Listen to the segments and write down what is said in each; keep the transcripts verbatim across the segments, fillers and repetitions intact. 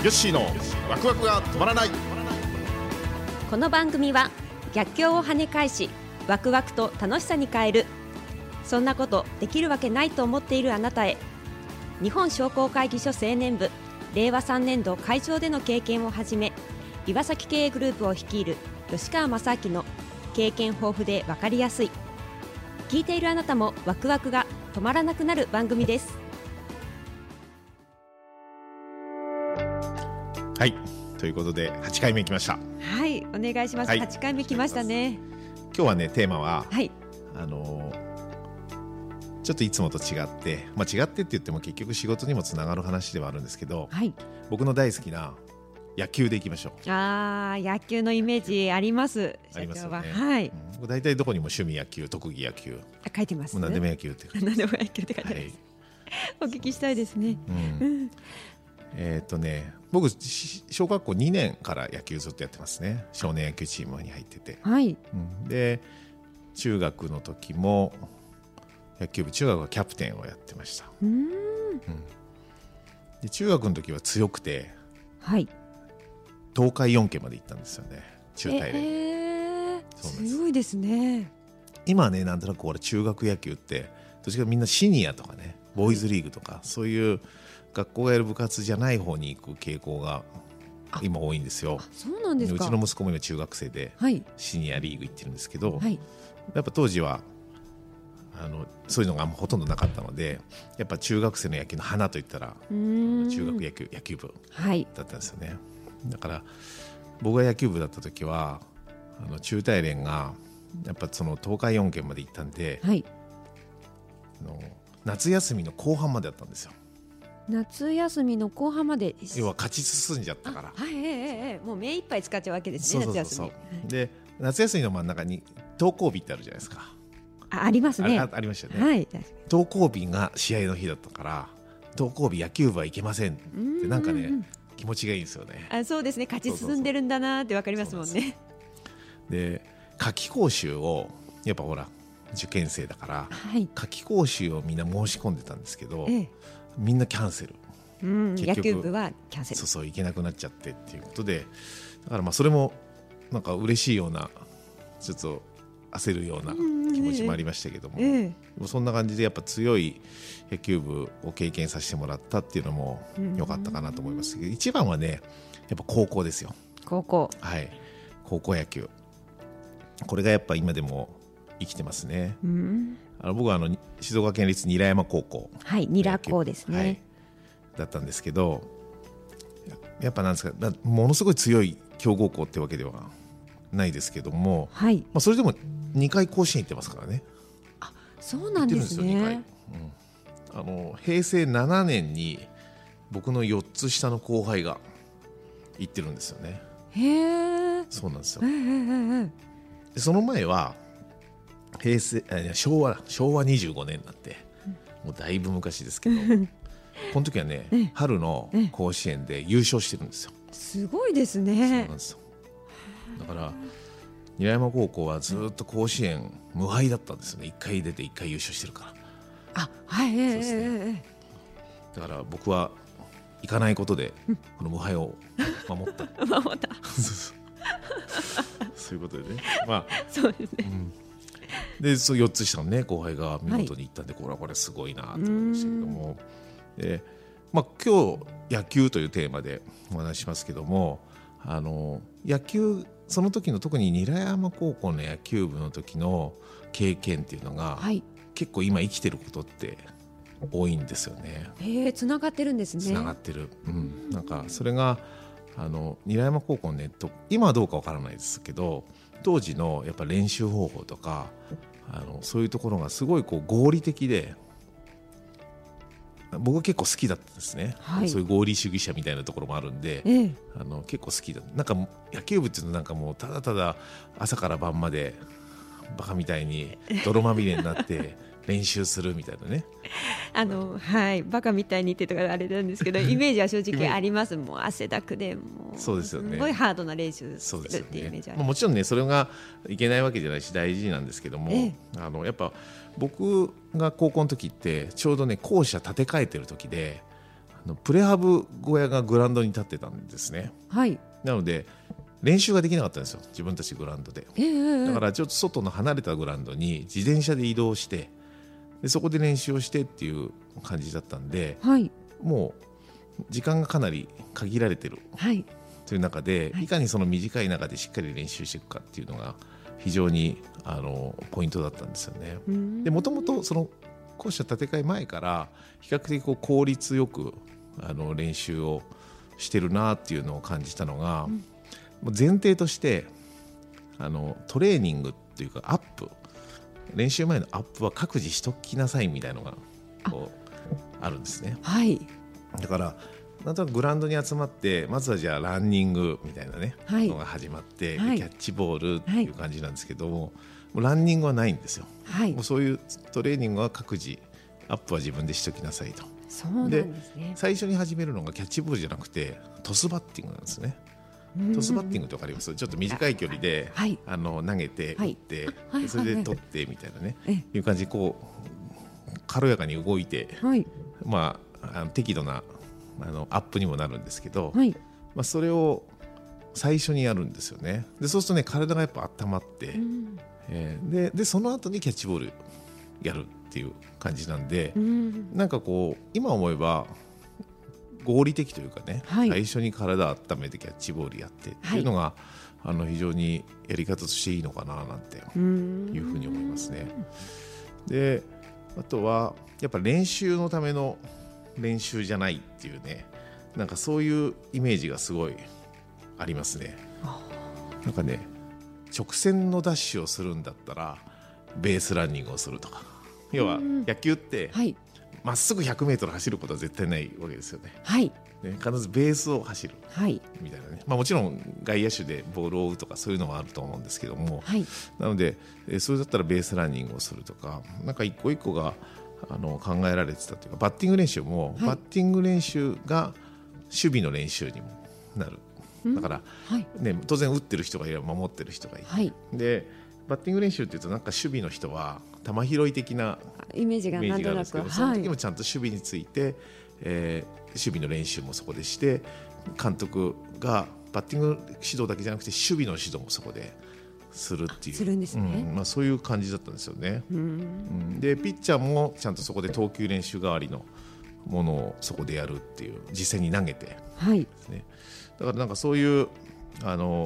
ヨッシーのワクワクが止まらない。 この番組は逆境を跳ね返しワクワクと楽しさに変える、そんなことできるわけないと思っているあなたへ、日本商工会議所青年部れいわさんねん度会長での経験をはじめ、岩崎経営グループを率いる吉川正明の経験豊富で分かりやすい、聞いているあなたもワクワクが止まらなくなる番組です。 はい、ということではちかいめ来ました。 はい、お願いします。 はい、 はちかいめ来ましたね。 今日はね、テーマは、 はい、 あのちょっといつもと違って、まあ、違ってって言っても結局仕事にもつながる話ではあるんですけど、 はい、 僕の大好きな野球でいきましょう。 あー、野球のイメージあります。 ありますよね。 はい、 うん、僕大体どこにも趣味野球、特技野球、 あ、書いてます。 もう何でも野球って書いてます。 何でも野球って書いてます、はい、お聞きしたいですね。 うん、えーっとね僕小学校にねんから野球ずっとやってますね。少年野球チームに入ってて、 はい、 うん、で中学の時も野球部、中学はキャプテンをやってました。 うーん、うん、 で中学の時は強くて、 はい、 東海よんけんまで行ったんですよね、中大連。 えー、 そうなんです。 すごいですね。 今はね、なんとなく俺中学野球ってどっちかみんなシニアとかね、ボーイズリーグとか、そういう学校がやる部活じゃない方に行く傾向が今多いんですよ。 あ、そうなんですか。 うちの息子も今中学生でシニアリーグ行ってるんですけど、 はい、 やっぱ当時はあのそういうのがほとんどなかったので、やっぱ中学生の野球の花といったらうーん、 中学野球、野球部はいだったんですよね。だから僕が野球部だった時はあの中大連がやっぱその東海よんけんまで行ったんで、 はい、 あの夏休みの後半までだったんですよ。 夏休みの後半まで、 要は勝ち進んじゃったから。 はい、えーえー、もう目いっぱい使っちゃうわけですね。 そうそうそうそう、 夏休みで夏休みの真ん中に登校日ってあるじゃないですか。 あ, ありますね。 あ, ありましたよね、 はい、 登校日が試合の日だったから、登校日野球部は行けませんってなんかね、気持ちがいいんですよね。 あ、そうですね、勝ち進んでるんだなって分かりますもんね。 で夏期講習をやっぱほら受験生だから、 はい、 夏期講習をみんな申し込んでたんですけど、 ええ、 みんなキャンセル、 うん、 結局野球部はキャンセル、 そうそう行けなくなっちゃってっていうことで、だからまあそれもなんか嬉しいような、ちょっと焦るような気持ちもありましたけども、 ええ、 でもそんな感じでやっぱ強い野球部を経験させてもらったっていうのも良かったかなと思いますけど、一番はねやっぱ高校ですよ。 高校、 はい、高校野球、これがやっぱ今でも生きてますね。うん、あの僕はあの静岡県立韮山高校、 はい、韮高ですね、はい、 だったんですけど、やっぱなんですか、ものすごい強い強豪校ってわけではないですけども、はい、まあ、それでもにかい甲子園行ってますからね。 あ、そうなんですね。 行ってるんですよ、にかい、うん、あの平成ななねんに僕のよっつ下の後輩が行ってるんですよね。 へー、 そうなんですよ。 えー、 でその前は平成昭和昭和にじゅうごねんになって、もうだいぶ昔ですけどこの時はね、春の甲子園で優勝してるんですよ。 すごいですね。 そうなんですよ。だから韮山高校はずっと甲子園無敗だったんですよね。いっかい出ていっかい優勝してるから。 あ、はい、えーそうですね、だから僕は行かないことでこの無敗を守った守ったそういうことでね、まあそうですね、 うん、でそうよっつ下のね後輩が見事に行ったんで、はい、これはこれすごいなと思いましたけども、で、まあ、今日野球というテーマでお話ししますけども、あの野球その時の特に韮山高校の野球部の時の経験っていうのが、はい、結構今生きてることって多いんですよね。 へえ、つながってるんですね。 つながってる、うん、なんかそれがあの韮山高校のネット、今はどうかわからないですけど、当時のやっぱ練習方法とかあのそういうところがすごいこう合理的で、僕は結構好きだったんですね、はい、そういう合理主義者みたいなところもあるんで、ええ、あの結構好きだ。なんか野球部っていうのなんかもうただただ朝から晩までバカみたいに泥まみれになって練習するみたいなねあの、はい、バカみたいにってとかあれなんですけどイメージは正直あります。もう汗だくでもうそうですよね、 すごいハードな練習するっていうイメージあります。 まあ、もちろんねそれがいけないわけじゃないし大事なんですけども、ええ、あのやっぱ僕が高校の時ってちょうどね校舎建て替えてる時で、 あのプレハブ小屋がグラウンドに立ってたんですね。 はい。 なので練習ができなかったんですよ、自分たちグラウンドで。 えー、 だからちょっと外の離れたグラウンドに自転車で移動して、でそこで練習をしてっていう感じだったんで、 はい、 もう時間がかなり限られてるという中で、はい、いかにその短い中でしっかり練習していくかっていうのが非常にあのポイントだったんですよね。でもともとその校舎建て替え前から比較的こう効率よくあの練習をしてるなっていうのを感じたのが、うん、前提としてあのトレーニングっていうかアップ、練習前のアップは各自しときなさいみたいなのがこう あ, あるんですね。 はい、だからなんとなくグラウンドに集まってまずはじゃあランニングみたいなね、はい、のが始まって、はい、キャッチボールっていう感じなんですけども、はい、もうランニングはないんですよ、はい、もうそういうトレーニングは各自アップは自分でしときなさいと。 そうなんですね。 で最初に始めるのがキャッチボールじゃなくてトスバッティングなんですね。トスバッティングって分かります？ちょっと短い距離で、はい、あの投げて打って、はい、それで取ってみたいなね、はい、いう感じでこう軽やかに動いて、はい、まあ、あの適度なあのアップにもなるんですけど、はい、まあ、それを最初にやるんですよね。でそうするとね体がやっぱ温まって、うん、えー、で, でその後にキャッチボールやるっていう感じなんで、うん、なんかこう今思えば合理的というかね、はい、最初に体を温めてキャッチボールやってっていうのが、はい、あの非常にやり方としていいのかななんていうふうに思いますね。であとはやっぱ練習のための練習じゃないっていうね、なんかそういうイメージがすごいありますね。なんかね直線のダッシュをするんだったらベースランニングをするとか、要は野球ってまっすぐひゃくメートル走ることは絶対ないわけですよね。はい、ね、必ずベースを走るみたいなね、まあ、もちろん外野手でボールを追うとかそういうのはあると思うんですけども、はい、なのでそれだったらベースランニングをするとか、なんか一個一個があの考えられてたというか、バッティング練習も、はい、バッティング練習が守備の練習にもなる。だから、はいね、当然打ってる人がいれば守ってる人がいる、はい、でバッティング練習っていうとなんか守備の人は球拾い的なイメージがなんとなく、 あるんですけど、その時もちゃんと守備について、はい、えー、守備の練習もそこでして、監督がバッティング指導だけじゃなくて守備の指導もそこでするっていう、 するんですね、 うん、まあ、そういう感じだったんですよね。うん、うん、でピッチャーもちゃんとそこで投球練習代わりのものをそこでやるっていう、実際に投げて、はい、ですね。だからなんかそういうあの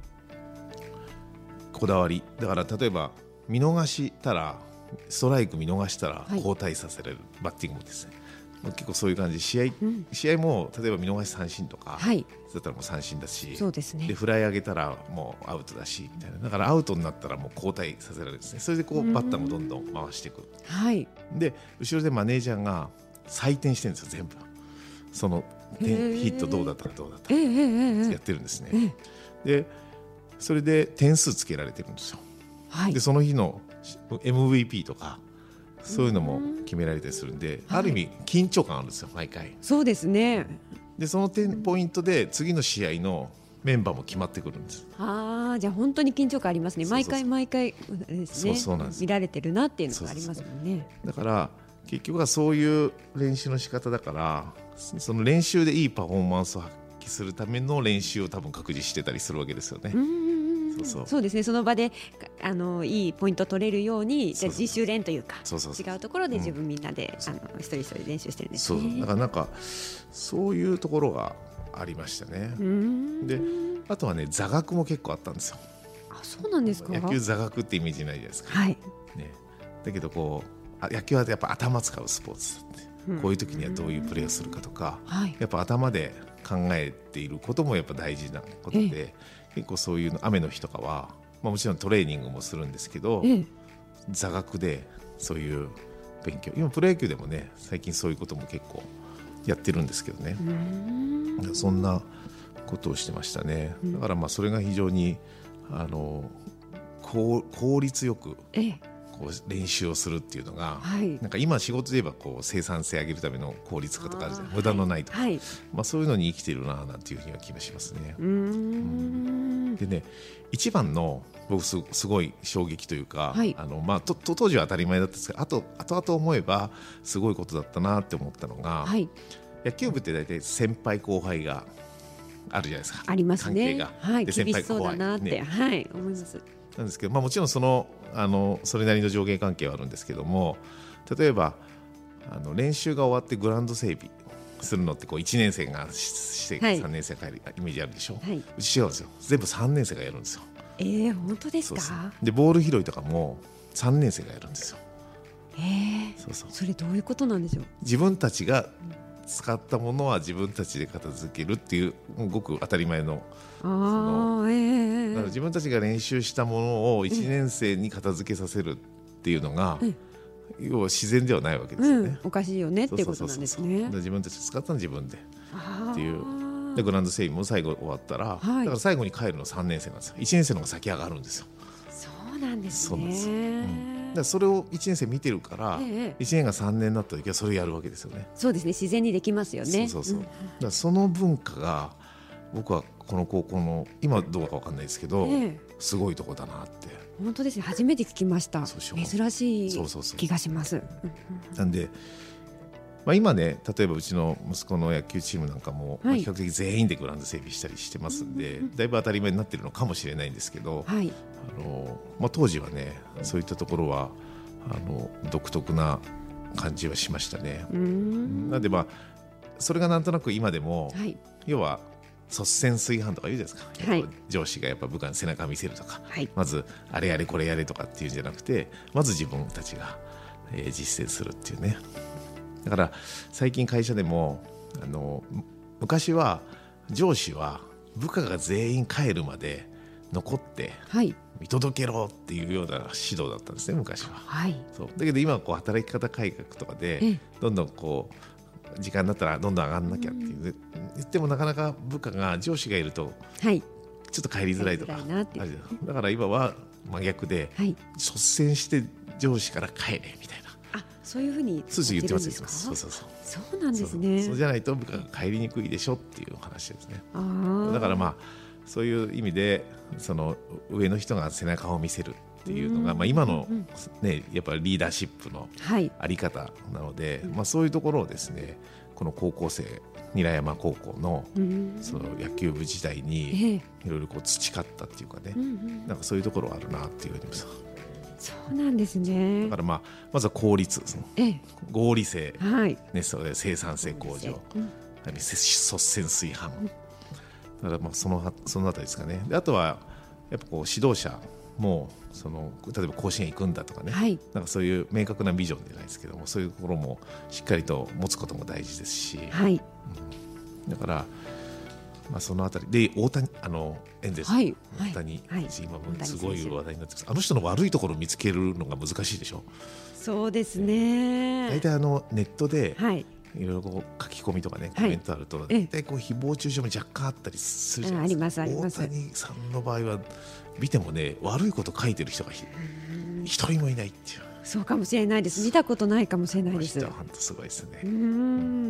こだわりだから、例えば見逃したらストライク見逃したら交代させられる、はい、バッティングもですね、結構そういう感じで試合、うん、試合も例えば見逃し三振とか、はい、だったらもう三振だし、そうですね、でフライ上げたらもうアウトだしみたいな、だからアウトになったらもう交代させられるんですね。それでこうバッターもどんどん回していく、はい、で後ろでマネージャーが採点してるんですよ、全部そのヒットどうだったかどうだったかやってるんですね。でそれで点数つけられてるんですよ、はい、でその日の エムブイピー とかそういうのも決められたりするんで、ある意味緊張感あるんですよ、毎回。 そうですね。 でその点ポイントで次の試合のメンバーも決まってくるんです。 ああ、じゃあ本当に緊張感ありますね。毎回毎回ですね、そうそうなんです、見られてるなっていうのがありますもんね。 そうそうそう、だから結局はそういう練習の仕方だから、その練習でいいパフォーマンスを発揮するための練習を多分各自してたりするわけですよね。うん、 そうそう、そうですね。その場であのいいポイント取れるように、じゃあ自主練というか、そうそうそう、違うところで自分みんなで、うん、あの一人一人練習してるんですね。 そうだからなんかそういうところがありましたね。であとはね、座学も結構あったんですよ。 あ、そうなんですか。 野球座学ってイメージないじゃないですか、はい、ね、だけどこう野球はやっぱ頭使うスポーツだって、うん、こういう時にはどういうプレーをするかとか、はい、やっぱ頭で考えていることもやっぱ大事なことで、ええ、結構そういうの雨の日とかは、まあ、もちろんトレーニングもするんですけど、ええ、座学でそういう勉強、今プロ野球でもね最近そういうことも結構やってるんですけどね、そんなことをしてましたね。だからまあそれが非常にあの効率よく、ええ、こう練習をするっていうのが、はい、なんか今仕事で言えばこう生産性上げるための効率化とかあるじゃない、無駄のないとか、はい、まあ、そういうのに生きてるななんていうふうには気がしますね。うーん、うん、でね、一番の僕 す, すごい衝撃というか、はい、あのまあ、とと当時は当たり前だったんですけど、あと後々思えばすごいことだったなって思ったのが、はい、 野球部って大体先輩後輩があるじゃないですか。 ありますね。 関係が、 はい、 で厳しそうだなって、 ね、 はい思います。 なんですけど、まあ、もちろんその、あのそれなりの上下関係はあるんですけども、例えばあの練習が終わってグラウンド整備するのってこういちねん生がしてさんねん生が帰るイメージあるでしょ、はい、うち違うんですよ。全部さんねん生がやるんですよ。 えー、本当ですか。 そうそうでボール拾いとかもさんねん生がやるんですよ。 えー、そうそう、それどういうことなんでしょう。 自分たちが使ったものは自分たちで片付けるっていうごく当たり前の、 あの、えー、 だから自分たちが練習したものをいちねん生に片付けさせるっていうのが、えー要は自然ではないわけですよね、うん、 おかしいよねっていうことなんですね。 自分たちで使ったのは自分でっていうでグラウンド整備も最後終わったら、はい、だから最後に帰るのはさんねん生なんですよ。いちねん生の方が先上がるんですよ。 そうなんですね。 そうなんですよ、うん、だからそれをいちねん生見てるから、ええ、いちねんがさんねんになった時はそれをやるわけですよね。 そうですね、自然にできますよね。 そうそうそう、うん、だからその文化が僕はこの高校の今どうか分かんないですけど、ええ、すごいとこだなって。 本当ですね、初めて聞きました。珍しい気がします。 なんで、まあ、今ね例えばうちの息子の野球チームなんかも、はい、比較的全員でグラウンド整備したりしてますんで、だいぶ当たり前になってるのかもしれないんですけど、はい、あのまあ、当時はねそういったところはあの独特な感じはしましたね。なんでまあそれがなんとなく今でも、はい、要は率先垂範とか言うじゃないですか、はい、上司がやっぱ部下に背中を見せるとか、はい、まずあれやれこれやれとかっていうんじゃなくてまず自分たちが、えー、実践するっていうね。だから最近会社でもあの昔は上司は部下が全員帰るまで残って見届けろっていうような指導だったんですね昔は、はい、そうだけど今はこう働き方改革とかでどんどんこう時間になったらどんどん上がんなきゃっていう、うん、言ってもなかなか部下が上司がいるとちょっと帰りづらいとか、はい、だから今は真逆で、はい、率先して上司から帰れみたいな、 あ、そういうふうに言ってます。そうそうそう、 そうなんですね。 そうじゃないと部下が帰りにくいでしょっていう話ですね。あ、だからまあそういう意味でその上の人が背中を見せるっていうのが、まあ、今の、ね、やっぱりリーダーシップのあり方なので、はい、まあ、そういうところをですねこの高校生韮山高校 の, その野球部時代にいろいろこう培ったっていうかね、なんかそういうところはあるなっていうふうに。 そうなんですね。 だから、まあ、まずは効率、合理性、はいね、それ生産性向上、うん、率先垂範、だからまあそのそのあたりですかね。であとはやっぱこう指導者もその例えば甲子園行くんだとかね、はい、なんかそういう明確なビジョンじゃないですけども、そういうところもしっかりと持つことも大事ですし、はい、うん、だから、まあ、そのあたりで大谷あのエンゼルス、はい、大谷、はい、今もすごい話題になってます。あの人の悪いところを見つけるのが難しいでしょ。 そうですね。 大体あのネットで、はい、いろいろこう書き込みとかねコメントあると、はい、大体こう誹謗中傷も若干あったりするじゃないですか。ありますあります。大谷さんの場合は見てもね悪いこと書いてる人が一人もいないっていう。そうかもしれないです。見たことないかもしれないです。本当すごいですね。うん、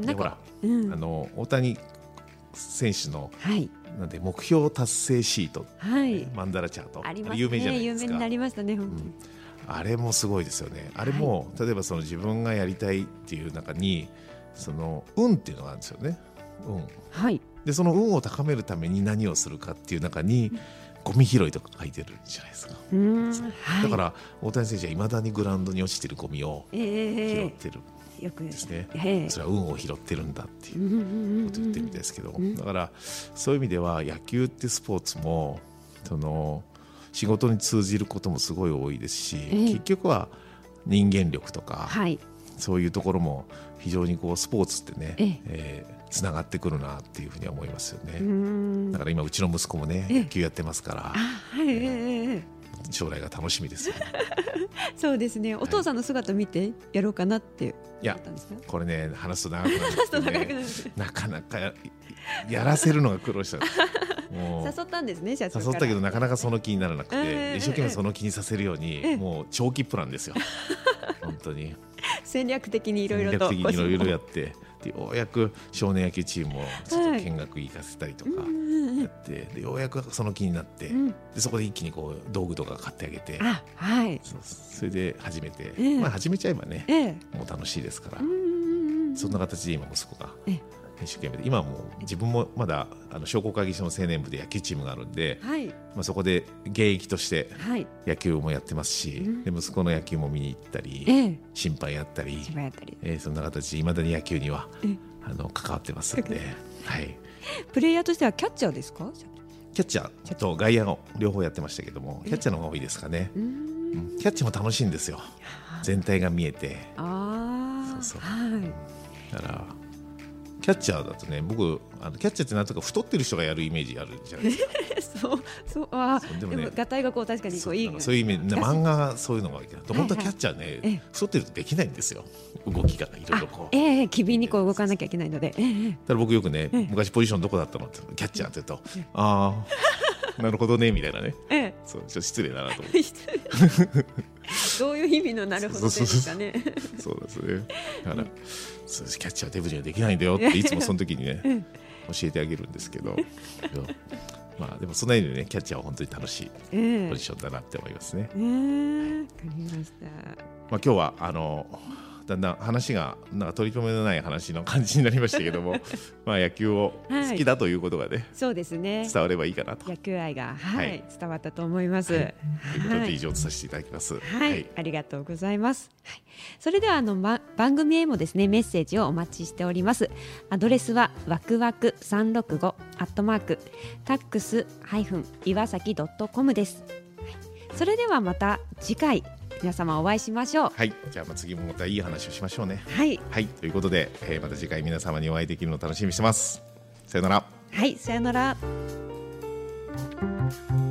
でほら、うん、あの大谷選手の、はい、なんで目標達成シート、はい、マンダラチャート、ありますね、有名じゃないですか。有名になりましたね、本当に、うん、あれもすごいですよね。あれも、はい、例えばその自分がやりたいっていう中にその運っていうのがあるんですよね。運、はい、でその運を高めるために何をするかっていう中に、うん、ゴミ拾いとか書いてるじゃないですか。うん、はい、だから大谷選手はいまだにグラウンドに落ちてるゴミを拾ってる、えー、よくですね、えー、それは運を拾ってるんだっていうことを言ってるみたいですけど、だからそういう意味では野球ってスポーツもその仕事に通じることもすごい多いですし、えー、結局は人間力とか、はい、そういうところも非常にこうスポーツってね、えーえーつながってくるなっていうふうに思いますよね。だから今うちの息子もね野球やってますから、はい、えー、将来が楽しみですよね。そうですね。お父さんの姿見てやろうかなって思ったんですか。いやこれね話すと長くなるんですけどねなかなか や, やらせるのが苦労した。もう誘ったんですね。社長から誘ったけどなかなかその気にならなくて、えー、一生懸命その気にさせるように、えー、もう長期プランですよ本当に戦略的にいろいろと戦略的にいろいろやってでようやく少年野球チームをちょっと見学行かせたりとかやって、はい、でようやくその気になって、うん、でそこで一気にこう道具とか買ってあげて、あ、はい、そうそれで始めて、えーまあ、始めちゃえばね、えー、もう楽しいですから、うん、 そんな形で今息子がえ一生懸命で、今はもう自分もまだあの商工会議所の青年部で野球チームがあるんで、 はいまあ、そこで現役としてはい野球もやってますし、 うんで息子の野球も見に行ったり、 ええ審判やったり、 千葉やったりえーそんな形でいまだに野球にはえあの関わってますんで、はい、 プレイヤーとしてはキャッチャーですか？ キャッチャーと外野の両方やってましたけども、キャッチャーの方が多いですかね。 うーんうんキャッチも楽しいんですよ。全体が見えて、 ああそうそうはいだからキャッチャーだとね、僕あのキャッチャーってなんとか太ってる人がやるイメージあるじゃないですか。 そうそうあそうでもねでも合体がこう確かにこういいそういうイメージ、漫画がそういうのが多いけど、本当はキャッチャーね、 ええ太ってるとできないんですよ。動きがいろいろこう。 ええ機敏にこう動かなきゃいけないので、ええだから僕よくね、昔ポジションどこだったのってキャッチャーって言うと、ああなるほどねみたいなね。 ええそうちょっと失礼だなと思って。 どういう意味のなるほどですかね。 そうですね。だから、そうキャッチャーデブにはできないんだよっていつもその時にね教えてあげるんですけど、まあでもそんな意味でね、キャッチャーは本当に楽しいええポジションだなって思いますね。 ええわかりました。 まあ今日はあのだんだん話がなんか取り留めのない話の感じになりましたけども、まあ野球を好きだということがね、 そうですね。 伝わればいいかなと。 野球愛が、はいはい伝わったと思います。 はいということはいで以上とさせていただきます。 はい、ありがとうございます。はい、それではあの、ま、番組へもですねメッセージをお待ちしております。アドレスはわくわくさんろくごアットマークタックスハイフン岩崎ドットコムです。はい、それではまた次回皆様お会いしましょう。 はい、じゃあまあ次もまたいい話をしましょうね。 はい、 はい、ということで、えーまた次回皆様にお会いできるのを楽しみにしてます。さよなら。 はい、さよなら。